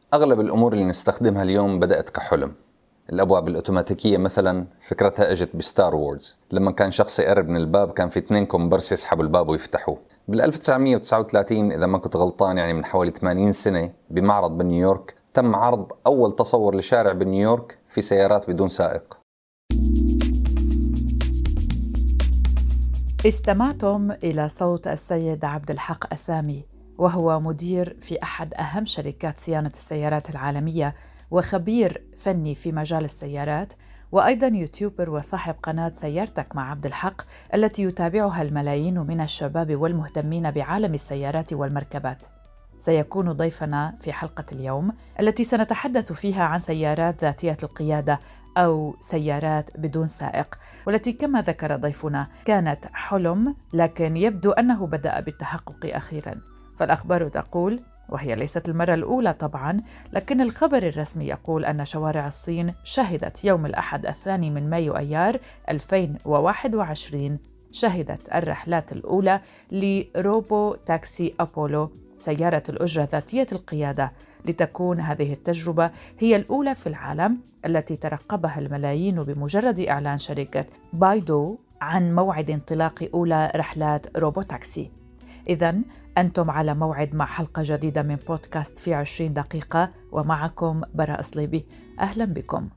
أغلب الأمور اللي نستخدمها اليوم بدأت كحلم. الأبواب الأوتوماتيكية مثلا فكرتها أجت بستار وورز، لما كان شخص يقرب من الباب كان في 2 كومبرس يسحبوا الباب ويفتحوه. بال1939 إذا ما كنت غلطان، يعني من حوالي 80 سنة، بمعرض بنيويورك تم عرض أول تصور لشارع بنيويورك في سيارات بدون سائق. استمعتم إلى صوت السيد عبد الحق أسامي، وهو مدير في أحد أهم شركات صيانة السيارات العالمية وخبير فني في مجال السيارات، وأيضاً يوتيوبر وصاحب قناة سيارتك مع عبد الحق التي يتابعها الملايين من الشباب والمهتمين بعالم السيارات والمركبات. سيكون ضيفنا في حلقة اليوم التي سنتحدث فيها عن سيارات ذاتية القيادة أو سيارات بدون سائق، والتي كما ذكر ضيفنا كانت حلم، لكن يبدو أنه بدأ بالتحقق أخيراً. فالأخبار تقول، وهي ليست المرة الأولى طبعاً، لكن الخبر الرسمي يقول أن شوارع الصين شهدت يوم الأحد 2 من مايو أيار 2021 شهدت الرحلات الأولى لروبو تاكسي أبولو، سيارة الأجرة ذاتية القيادة، لتكون هذه التجربة هي الأولى في العالم التي ترقبها الملايين بمجرد إعلان شركة بايدو عن موعد انطلاق أولى رحلات روبوتاكسي. إذن أنتم على موعد مع حلقة جديدة من بودكاست في 20 دقيقة، ومعكم براء صليبي. أهلا بكم.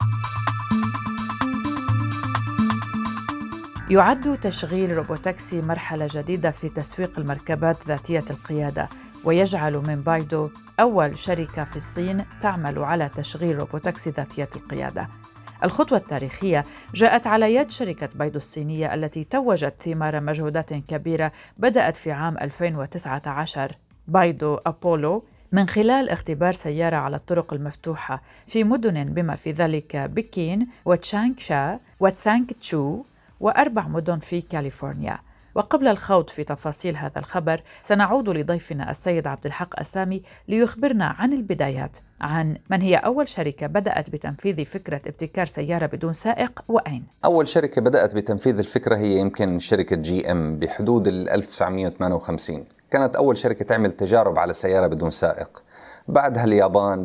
يعد تشغيل روبوتاكسي مرحلة جديدة في تسويق المركبات ذاتية القيادة، ويجعل من بايدو أول شركة في الصين تعمل على تشغيل روبوتاكسي ذاتية القيادة. الخطوة التاريخية جاءت على يد شركة بايدو الصينية التي توجت ثمار مجهودات كبيرة بدأت في عام 2019 بايدو أبولو من خلال اختبار سيارة على الطرق المفتوحة في مدن بما في ذلك بكين وتشانغشا وتسانغتشو و4 مدن في كاليفورنيا. وقبل الخوض في تفاصيل هذا الخبر سنعود لضيفنا السيد عبد الحق أسامي ليخبرنا عن البدايات، عن من هي أول شركة بدأت بتنفيذ فكرة ابتكار سيارة بدون سائق وأين؟ أول شركة بدأت بتنفيذ الفكرة هي يمكن شركة GM بحدود 1958. كانت أول شركة تعمل تجارب على سيارة بدون سائق. بعدها اليابان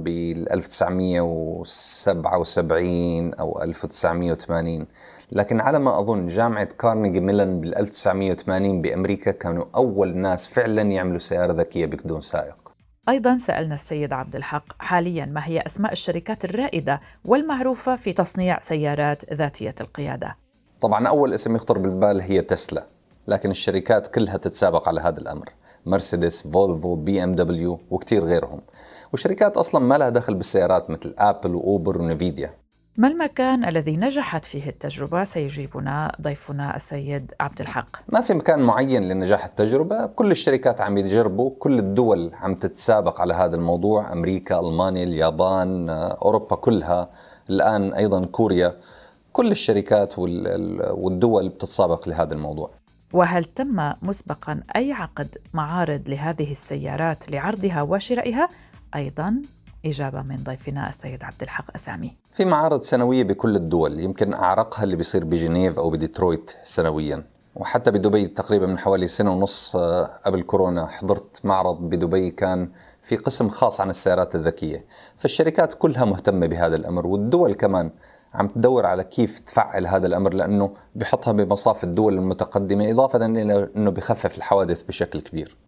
بال1977 أو 1980. لكن على ما أظن جامعة كارنيجي ميلون بال1980 بأمريكا كانوا أول ناس فعلا يعملوا سيارة ذكية بدون سائق. أيضاً سألنا السيد عبد الحق حالياً ما هي أسماء الشركات الرائدة والمعروفة في تصنيع سيارات ذاتية القيادة؟ طبعاً أول اسم يخطر بالبال هي تسلا، لكن الشركات كلها تتسابق على هذا الأمر: مرسيدس، فولفو، BMW وكتير غيرهم، وشركات أصلاً ما لها دخل بالسيارات مثل آبل وأوبر ونفيديا. ما المكان الذي نجحت فيه التجربة؟ سيجيبنا ضيفنا السيد عبد الحق. ما في مكان معين لنجاح التجربة، كل الشركات عم يجربوا، كل الدول عم تتسابق على هذا الموضوع: أمريكا، ألمانيا، اليابان، أوروبا كلها، الآن أيضا كوريا. كل الشركات والدول بتتسابق لهذا الموضوع. وهل تم مسبقا أي عقد معارض لهذه السيارات لعرضها وشرائها؟ أيضا إجابة من ضيفنا السيد عبد الحق أسامي. في معارض سنوية بكل الدول، يمكن أعرقها اللي بيصير بجنيف أو بديترويت سنويا، وحتى بدبي تقريبا من حوالي 1.5 سنة قبل كورونا حضرت معرض بدبي كان في قسم خاص عن السيارات الذكية. فالشركات كلها مهتمة بهذا الأمر، والدول كمان عم تدور على كيف تفعل هذا الأمر، لأنه بحطها بمصاف الدول المتقدمة، إضافة إلى أنه بخفف الحوادث بشكل كبير.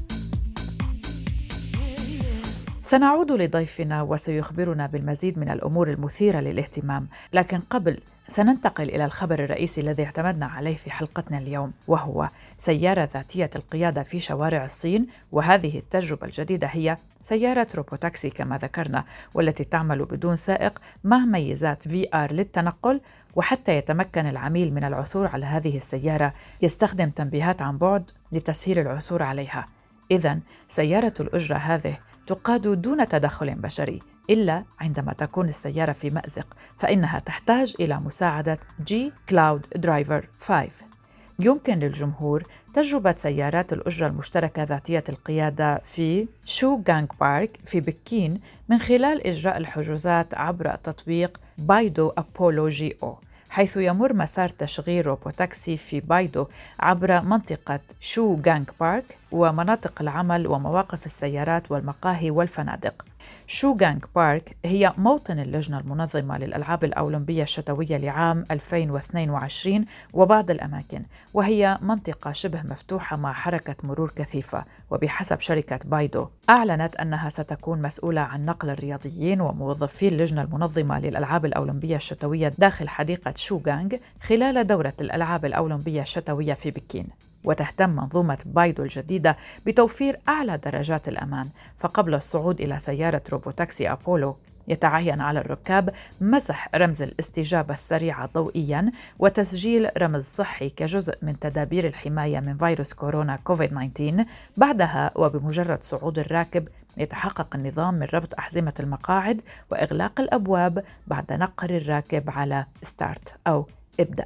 سنعود لضيفنا وسيخبرنا بالمزيد من الأمور المثيرة للاهتمام، لكن قبل سننتقل إلى الخبر الرئيسي الذي اعتمدنا عليه في حلقتنا اليوم، وهو سيارة ذاتية القيادة في شوارع الصين. وهذه التجربة الجديدة هي سيارة روبوتاكسي كما ذكرنا، والتي تعمل بدون سائق مع ميزات VR للتنقل. وحتى يتمكن العميل من العثور على هذه السيارة يستخدم تنبيهات عن بعد لتسهيل العثور عليها. إذن سيارة الأجرة هذه تقاد دون تدخل بشري، إلا عندما تكون السيارة في مأزق فإنها تحتاج إلى مساعدة G Cloud Driver 5. يمكن للجمهور تجربة سيارات الأجرة المشتركة ذاتية القيادة في شو غانغ بارك في بكين من خلال إجراء الحجوزات عبر تطبيق بايدو أبولو جي أو، حيث يمر مسار تشغيل روبوتاكسي في بايدو عبر منطقة شو غانغ بارك ومناطق العمل ومواقف السيارات والمقاهي والفنادق. شوغانغ بارك هي موطن اللجنة المنظمة للألعاب الأولمبية الشتوية لعام 2022 وبعض الأماكن، وهي منطقة شبه مفتوحة مع حركة مرور كثيفة. وبحسب شركة بايدو، أعلنت أنها ستكون مسؤولة عن نقل الرياضيين وموظفي اللجنة المنظمة للألعاب الأولمبية الشتوية داخل حديقة شوغانغ خلال دورة الألعاب الأولمبية الشتوية في بكين. وتهتم منظومة بايدو الجديدة بتوفير أعلى درجات الأمان، فقبل الصعود إلى سيارة روبوتاكسي أبولو يتعين على الركاب مسح رمز الاستجابة السريعة ضوئياً وتسجيل رمز صحي كجزء من تدابير الحماية من فيروس كورونا كوفيد-19. بعدها وبمجرد صعود الراكب يتحقق النظام من ربط أحزمة المقاعد وإغلاق الأبواب بعد نقر الراكب على ستارت أو ابدأ.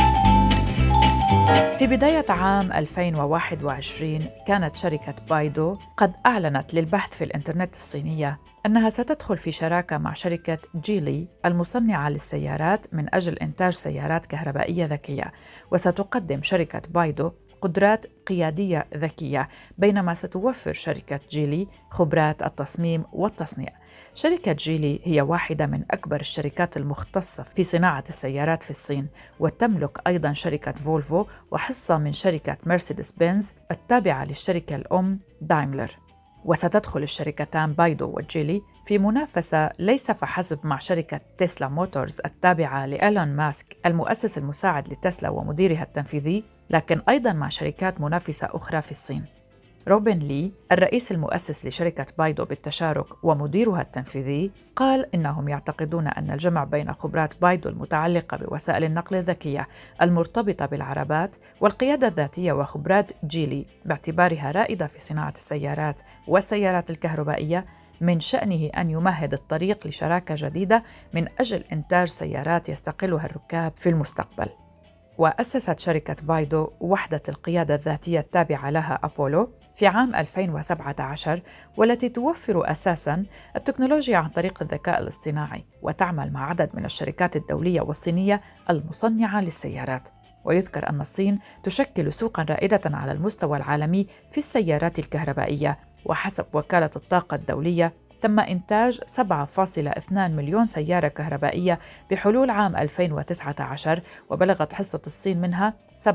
في بداية عام 2021 كانت شركة بايدو قد أعلنت للبحث في الإنترنت الصينية أنها ستدخل في شراكة مع شركة جيلي المصنعة للسيارات من أجل إنتاج سيارات كهربائية ذكية. وستقدم شركة بايدو قدرات قيادية ذكية، بينما ستوفر شركة جيلي خبرات التصميم والتصنيع. شركة جيلي هي واحدة من أكبر الشركات المختصة في صناعة السيارات في الصين، وتملك أيضاً شركة فولفو وحصة من شركة مرسيدس بنز التابعة للشركة الأم دايملر. وستدخل الشركتان بايدو وجيلي في منافسة ليس فحسب مع شركة تسلا موتورز التابعة لإيلون ماسك المؤسس المساعد لتسلا ومديرها التنفيذي، لكن أيضاً مع شركات منافسة أخرى في الصين. روبن لي الرئيس المؤسس لشركة بايدو بالتشارك ومديرها التنفيذي قال إنهم يعتقدون أن الجمع بين خبرات بايدو المتعلقة بوسائل النقل الذكية المرتبطة بالعربات والقيادة الذاتية وخبرات جيلي باعتبارها رائدة في صناعة السيارات والسيارات الكهربائية من شأنه أن يمهد الطريق لشراكة جديدة من أجل إنتاج سيارات يستقلها الركاب في المستقبل. وأسست شركة بايدو وحدة القيادة الذاتية التابعة لها أبولو في عام 2017، والتي توفر أساساً التكنولوجيا عن طريق الذكاء الاصطناعي، وتعمل مع عدد من الشركات الدولية والصينية المصنعة للسيارات. ويذكر أن الصين تشكل سوقاً رائدة على المستوى العالمي في السيارات الكهربائية، وحسب وكالة الطاقة الدولية تم إنتاج 7.2 مليون سيارة كهربائية بحلول عام 2019، وبلغت حصة الصين منها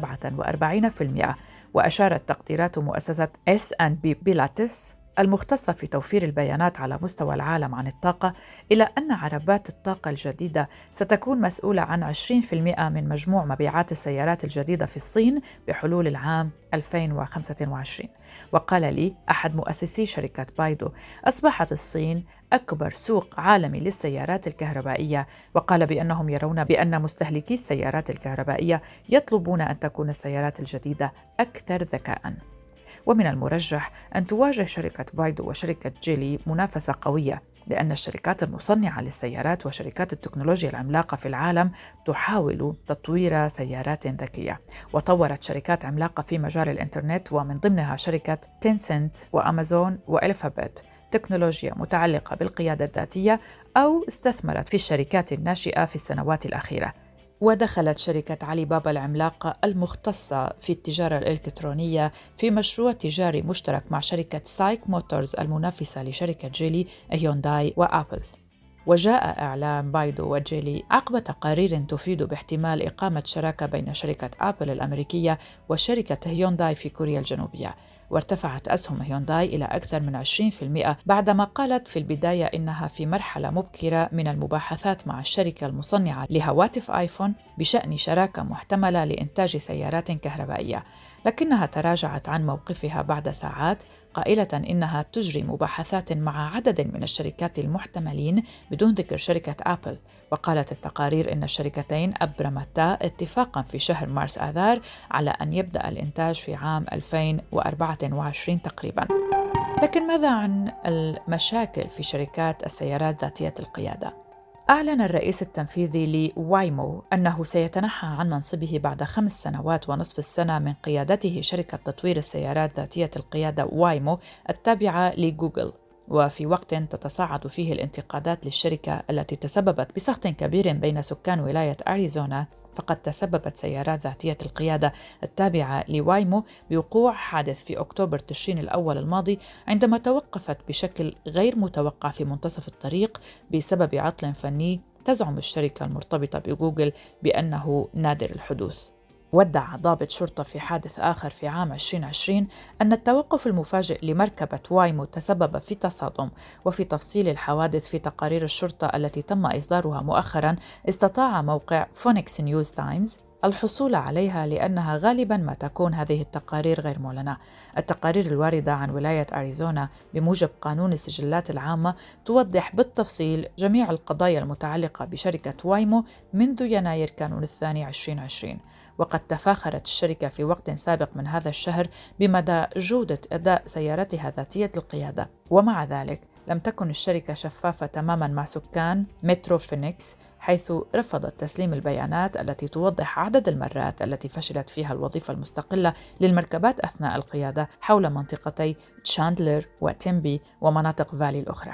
47%. وأشارت تقديرات مؤسسة S&P بيلاتس المختصة في توفير البيانات على مستوى العالم عن الطاقة إلى أن عربات الطاقة الجديدة ستكون مسؤولة عن 20% من مجموع مبيعات السيارات الجديدة في الصين بحلول العام 2025. وقال لي أحد مؤسسي شركة بايدو: أصبحت الصين أكبر سوق عالمي للسيارات الكهربائية، وقال بأنهم يرون بأن مستهلكي السيارات الكهربائية يطلبون أن تكون السيارات الجديدة أكثر ذكاءً. ومن المرجح أن تواجه شركة بايدو وشركة جيلي منافسة قوية، لأن الشركات المصنعة للسيارات وشركات التكنولوجيا العملاقة في العالم تحاول تطوير سيارات ذكية. وطورت شركات عملاقة في مجال الإنترنت، ومن ضمنها شركة تينسنت وأمازون وألفابت تكنولوجيا متعلقة بالقيادة الذاتية، أو استثمرت في الشركات الناشئة في السنوات الأخيرة. ودخلت شركة علي بابا العملاقة المختصة في التجارة الإلكترونية في مشروع تجاري مشترك مع شركة سايك موتورز المنافسة لشركة جيلي، هيونداي وآبل. وجاء إعلان بايدو وجيلي عقب تقارير تفيد باحتمال إقامة شراكة بين شركة آبل الأمريكية وشركة هيونداي في كوريا الجنوبية. وارتفعت أسهم هيونداي إلى أكثر من 20% بعدما قالت في البداية إنها في مرحلة مبكرة من المباحثات مع الشركة المصنعة لهواتف آيفون بشأن شراكة محتملة لإنتاج سيارات كهربائية، لكنها تراجعت عن موقفها بعد ساعات قائلة إنها تجري مباحثات مع عدد من الشركات المحتملين بدون ذكر شركة آبل. وقالت التقارير إن الشركتين أبرمتا اتفاقاً في شهر مارس آذار على أن يبدأ الإنتاج في عام 2024 تقريباً. لكن ماذا عن المشاكل في شركات السيارات ذاتية القيادة؟ أعلن الرئيس التنفيذي لوايمو أنه سيتنحى عن منصبه بعد 5 سنوات ونصف السنة من قيادته شركة تطوير السيارات ذاتية القيادة وايمو التابعة لجوجل. وفي وقت تتصاعد فيه الانتقادات للشركة التي تسببت بسخط كبير بين سكان ولاية أريزونا، فقد تسببت سيارات ذاتية القيادة التابعة لوايمو بوقوع حادث في أكتوبر تشرين الأول الماضي، عندما توقفت بشكل غير متوقع في منتصف الطريق بسبب عطل فني تزعم الشركة المرتبطة بجوجل بأنه نادر الحدوث. وادعى ضابط شرطة في حادث آخر في عام 2020 أن التوقف المفاجئ لمركبة وايمو تسبب في تصادم. وفي تفصيل الحوادث في تقارير الشرطة التي تم إصدارها مؤخراً، استطاع موقع فونيكس نيوز تايمز الحصول عليها لأنها غالباً ما تكون هذه التقارير غير معلنة. التقارير الواردة عن ولاية أريزونا بموجب قانون السجلات العامة توضح بالتفصيل جميع القضايا المتعلقة بشركة وايمو منذ يناير كانون الثاني 2020. وقد تفاخرت الشركة في وقت سابق من هذا الشهر بمدى جودة أداء سيارتها ذاتية القيادة، ومع ذلك لم تكن الشركة شفافة تماماً مع سكان مترو فينيكس، حيث رفضت تسليم البيانات التي توضح عدد المرات التي فشلت فيها الوظيفة المستقلة للمركبات أثناء القيادة حول منطقتي تشاندلر وتيمبي ومناطق فالي الأخرى.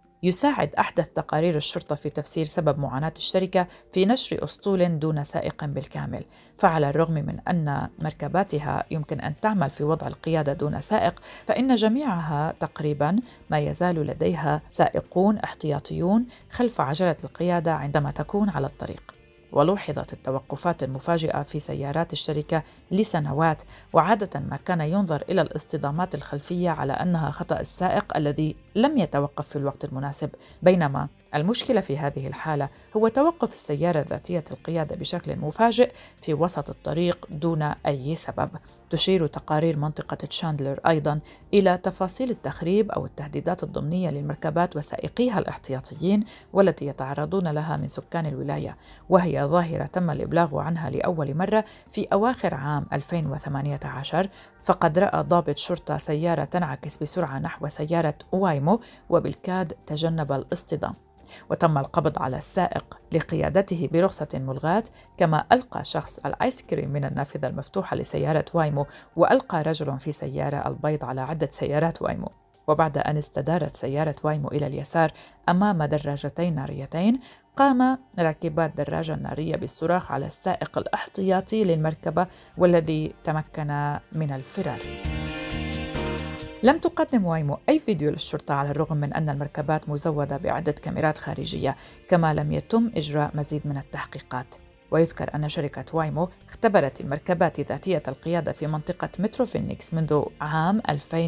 يساعد أحدث تقارير الشرطة في تفسير سبب معاناة الشركة في نشر أسطول دون سائق بالكامل، فعلى الرغم من أن مركباتها يمكن أن تعمل في وضع القيادة دون سائق، فإن جميعها تقريباً ما يزال لديها سائقون احتياطيون خلف عجلة القيادة عندما تكون على الطريق. ولوحظت التوقفات المفاجئة في سيارات الشركة لسنوات، وعادة ما كان ينظر إلى الاصطدامات الخلفية على أنها خطأ السائق الذي لم يتوقف في الوقت المناسب، بينما المشكلة في هذه الحالة هو توقف السيارة ذاتية القيادة بشكل مفاجئ في وسط الطريق دون أي سبب. تشير تقارير منطقة تشاندلر أيضاً إلى تفاصيل التخريب أو التهديدات الضمنية للمركبات وسائقيها الاحتياطيين والتي يتعرضون لها من سكان الولاية، وهي ظاهرة تم الإبلاغ عنها لأول مرة في أواخر عام 2018. فقد رأى ضابط شرطة سيارة تنعكس بسرعة نحو سيارة وايمو وبالكاد تجنب الاصطدام، وتم القبض على السائق لقيادته برخصة ملغاة، كما ألقى شخص الآيس كريم من النافذة المفتوحة لسيارة وايمو، وألقى رجل في سيارة البيض على عدة سيارات وايمو. وبعد أن استدارت سيارة وايمو إلى اليسار أمام دراجتين ناريتين، قام راكبات دراجة نارية بالصراخ على السائق الاحتياطي للمركبة والذي تمكن من الفرار. لم تقدم وايمو أي فيديو للشرطة على الرغم من أن المركبات مزودة بعدة كاميرات خارجية، كما لم يتم إجراء مزيد من التحقيقات. ويذكر أن شركة وايمو اختبرت المركبات ذاتية القيادة في منطقة مترو فينيكس منذ عام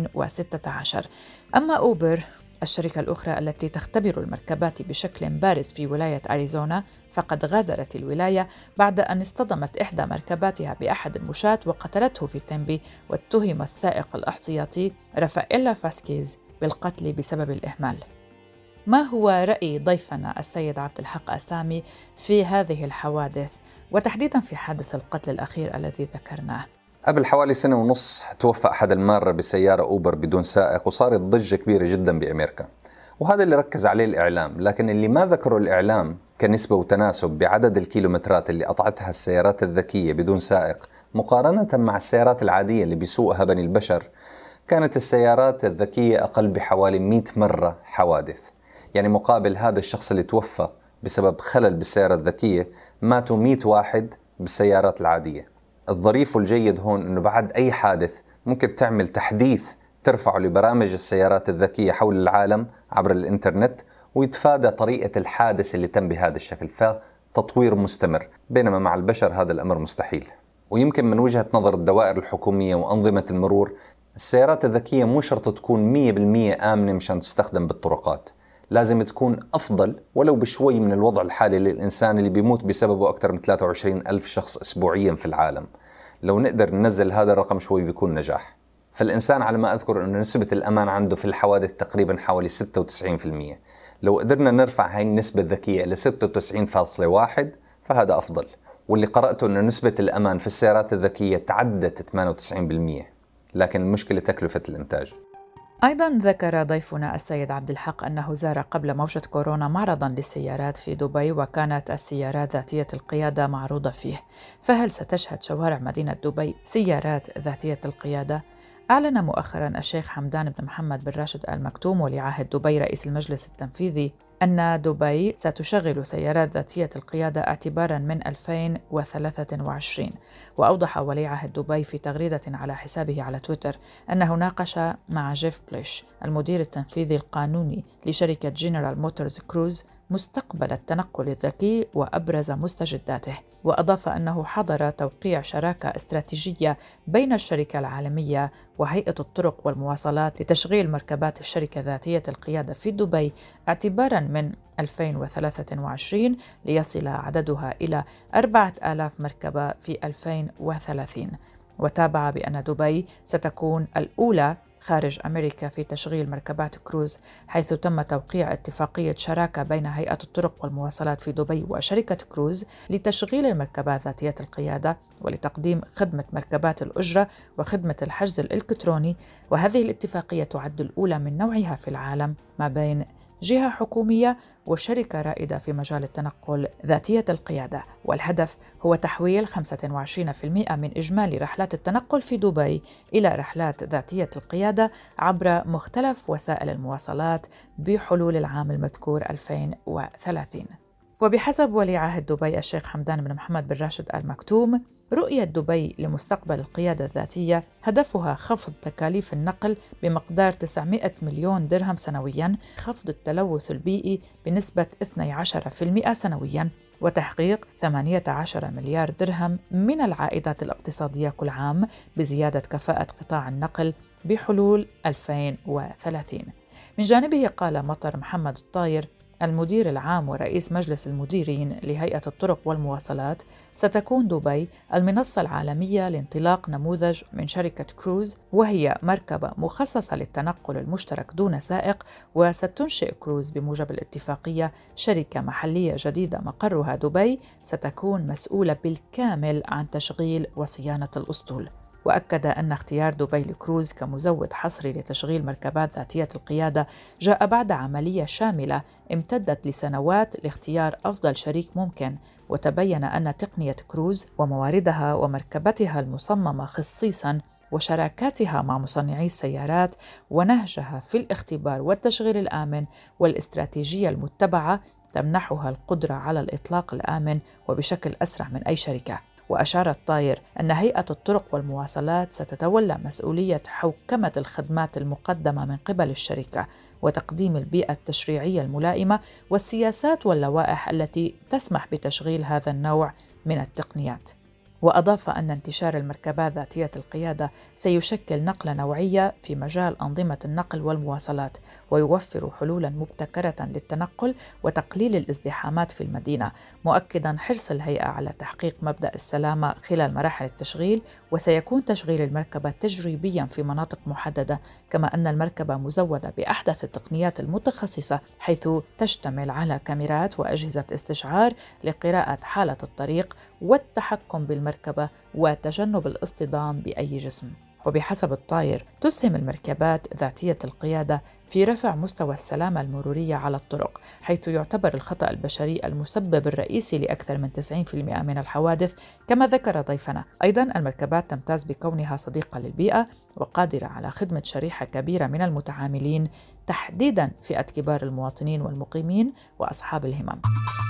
2016. أما أوبر، الشركة الأخرى التي تختبر المركبات بشكل بارز في ولاية أريزونا، فقد غادرت الولاية بعد أن اصطدمت إحدى مركباتها بأحد المشاة وقتلته في تيمبي، واتهم السائق الاحتياطي رافائيلا فاسكيز بالقتل بسبب الإهمال. ما هو رأي ضيفنا السيد عبد الحق أسامي في هذه الحوادث، وتحديداً في حادث القتل الأخير الذي ذكرناه؟ قبل حوالي 1.5 سنة توفى أحد المارة بسيارة أوبر بدون سائق، وصارت ضجة كبيرة جدا بأمريكا، وهذا اللي ركز عليه الإعلام. لكن اللي ما ذكره الإعلام كنسبة وتناسب بعدد الكيلومترات اللي قطعتها السيارات الذكية بدون سائق مقارنة مع السيارات العادية اللي بيسوقها بني البشر، كانت السيارات الذكية أقل بحوالي 100 مرة حوادث. يعني مقابل هذا الشخص اللي توفى بسبب خلل بالسيارة الذكية، ماتوا 100 واحد بالسيارات العادية. الظريف والجيد هون أنه بعد أي حادث ممكن تعمل تحديث ترفعه لبرامج السيارات الذكية حول العالم عبر الإنترنت ويتفادى طريقة الحادث اللي تم بهذا الشكل، فتطوير مستمر، بينما مع البشر هذا الأمر مستحيل. ويمكن من وجهة نظر الدوائر الحكومية وأنظمة المرور، السيارات الذكية مو شرط تكون 100% آمنة مشان تستخدم بالطرقات، لازم تكون أفضل ولو بشوي من الوضع الحالي للإنسان اللي بيموت بسببه أكثر من 23 ألف شخص أسبوعيا في العالم. لو نقدر ننزل هذا الرقم شوي بيكون نجاح. فالإنسان على ما أذكر أنه نسبة الأمان عنده في الحوادث تقريبا حوالي 96%. لو قدرنا نرفع هاي النسبة الذكية إلى 96.1 فهذا أفضل. واللي قرأته أنه نسبة الأمان في السيارات الذكية تعدت 98%، لكن المشكلة تكلفة الإنتاج. أيضاً ذكر ضيفنا السيد عبد الحق أنه زار قبل موجة كورونا معرضاً للسيارات في دبي، وكانت السيارات ذاتية القيادة معروضة فيه. فهل ستشهد شوارع مدينة دبي سيارات ذاتية القيادة؟ أعلن مؤخراً الشيخ حمدان بن محمد بن راشد آل مكتوم ولي عهد دبي رئيس المجلس التنفيذي أن دبي ستشغل سيارات ذاتية القيادة اعتباراً من 2023. وأوضح ولي عهد دبي في تغريدة على حسابه على تويتر أنه ناقش مع جيف بليش المدير التنفيذي القانوني لشركة جنرال موتورز كروز مستقبل التنقل الذكي وأبرز مستجداته. وأضاف أنه حضر توقيع شراكة استراتيجية بين الشركة العالمية وهيئة الطرق والمواصلات لتشغيل مركبات الشركة ذاتية القيادة في دبي اعتباراً من 2023 ليصل عددها إلى 4000 مركبة في 2030. وتابع بأن دبي ستكون الأولى خارج أمريكا في تشغيل مركبات كروز، حيث تم توقيع اتفاقية شراكة بين هيئة الطرق والمواصلات في دبي وشركة كروز لتشغيل المركبات ذاتية القيادة ولتقديم خدمة مركبات الأجرة وخدمة الحجز الإلكتروني. وهذه الاتفاقية تعد الأولى من نوعها في العالم ما بين جهة حكومية وشركة رائدة في مجال التنقل ذاتية القيادة. والهدف هو تحويل 25% من إجمالي رحلات التنقل في دبي إلى رحلات ذاتية القيادة عبر مختلف وسائل المواصلات بحلول العام المذكور 2030. وبحسب ولي عهد دبي الشيخ حمدان بن محمد بن راشد آل مكتوم، رؤية دبي لمستقبل القيادة الذاتية هدفها خفض تكاليف النقل بمقدار 900 مليون درهم سنوياً، خفض التلوث البيئي بنسبة 12% سنوياً، وتحقيق 18 مليار درهم من العائدات الاقتصادية كل عام بزيادة كفاءة قطاع النقل بحلول 2030. من جانبه قال مطر محمد الطاير المدير العام ورئيس مجلس المديرين لهيئة الطرق والمواصلات، ستكون دبي المنصة العالمية لانطلاق نموذج من شركة كروز، وهي مركبة مخصصة للتنقل المشترك دون سائق. وستنشئ كروز بموجب الاتفاقية شركة محلية جديدة مقرها دبي ستكون مسؤولة بالكامل عن تشغيل وصيانة الأسطول. وأكد أن اختيار دبي لكروز كمزود حصري لتشغيل مركبات ذاتية القيادة جاء بعد عملية شاملة امتدت لسنوات لاختيار أفضل شريك ممكن. وتبين أن تقنية كروز ومواردها ومركبتها المصممة خصيصاً وشراكاتها مع مصنعي السيارات ونهجها في الاختبار والتشغيل الآمن والاستراتيجية المتبعة تمنحها القدرة على الإطلاق الآمن وبشكل أسرع من أي شركة. وأشار الطاير أن هيئة الطرق والمواصلات ستتولى مسؤولية حوكمة الخدمات المقدمة من قبل الشركة وتقديم البيئة التشريعية الملائمة والسياسات واللوائح التي تسمح بتشغيل هذا النوع من التقنيات. وأضاف أن انتشار المركبات ذاتية القيادة سيشكل نقلة نوعية في مجال أنظمة النقل والمواصلات، ويوفر حلولاً مبتكرة للتنقل وتقليل الازدحامات في المدينة، مؤكداً حرص الهيئة على تحقيق مبدأ السلامة خلال مراحل التشغيل. وسيكون تشغيل المركبة تجريبياً في مناطق محددة، كما أن المركبة مزودة بأحدث التقنيات المتخصصة، حيث تشتمل على كاميرات وأجهزة استشعار لقراءة حالة الطريق والتحكم بالمركبة وتجنب الاصطدام بأي جسم. وبحسب الطاير تسهم المركبات ذاتية القيادة في رفع مستوى السلامة المرورية على الطرق، حيث يعتبر الخطأ البشري المسبب الرئيسي لأكثر من 90% من الحوادث. كما ذكر ضيفنا، أيضاً المركبات تمتاز بكونها صديقة للبيئة وقادرة على خدمة شريحة كبيرة من المتعاملين، تحديداً فئة كبار المواطنين والمقيمين وأصحاب الهمم.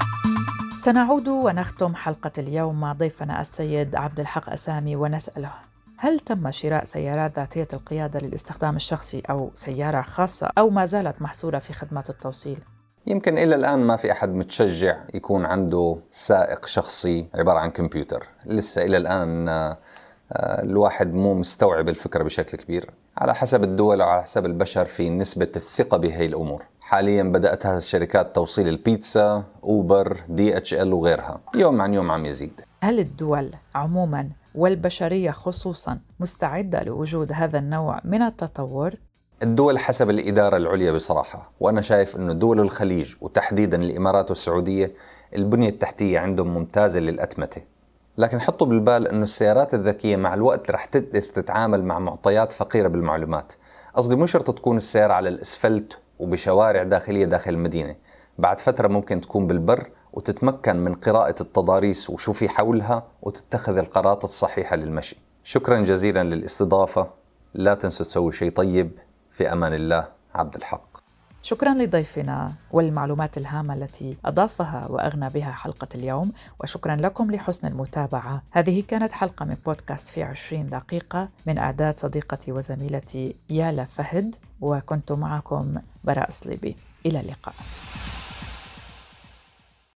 سنعود ونختم حلقة اليوم مع ضيفنا السيد عبد الحق أسامي ونسأله: هل تم شراء سيارات ذاتية القيادة للاستخدام الشخصي أو سيارة خاصة، أو ما زالت محصورة في خدمات التوصيل؟ يمكن إلى الآن ما في أحد متشجع يكون عنده سائق شخصي عبارة عن كمبيوتر. لسه إلى الآن الواحد مو مستوعب الفكرة بشكل كبير. على حسب الدول وعلى حسب البشر في نسبة الثقة بهي الأمور. حاليا بدأتها شركات توصيل البيتزا، أوبر، DHL وغيرها، يوم عن يوم عم يزيد. هل الدول عموما والبشرية خصوصا مستعدة لوجود هذا النوع من التطور؟ الدول حسب الإدارة العليا بصراحة، وأنا شايف أنه دول الخليج وتحديدا الإمارات والسعودية البنية التحتية عندهم ممتازة للأتمتة. لكن حطوا بالبال أنه السيارات الذكية مع الوقت رح تقدر تتعامل مع معطيات فقيرة بالمعلومات. قصدي مو شرط تكون السيارة على الأسفلت وبشوارع داخلية داخل المدينة، بعد فترة ممكن تكون بالبر وتتمكن من قراءة التضاريس وشو في حولها وتتخذ القرارات الصحيحة للمشي. شكرا جزيلا للاستضافة، لا تنسوا تسوي شيء طيب. في أمان الله، عبد الحق. شكراً لضيفنا والمعلومات الهامة التي أضافها وأغنى بها حلقة اليوم، وشكراً لكم لحسن المتابعة. هذه كانت حلقة من بودكاست في 20 دقيقة من إعداد صديقتي وزميلتي يالا فهد، وكنت معكم براء صليبي. إلى اللقاء.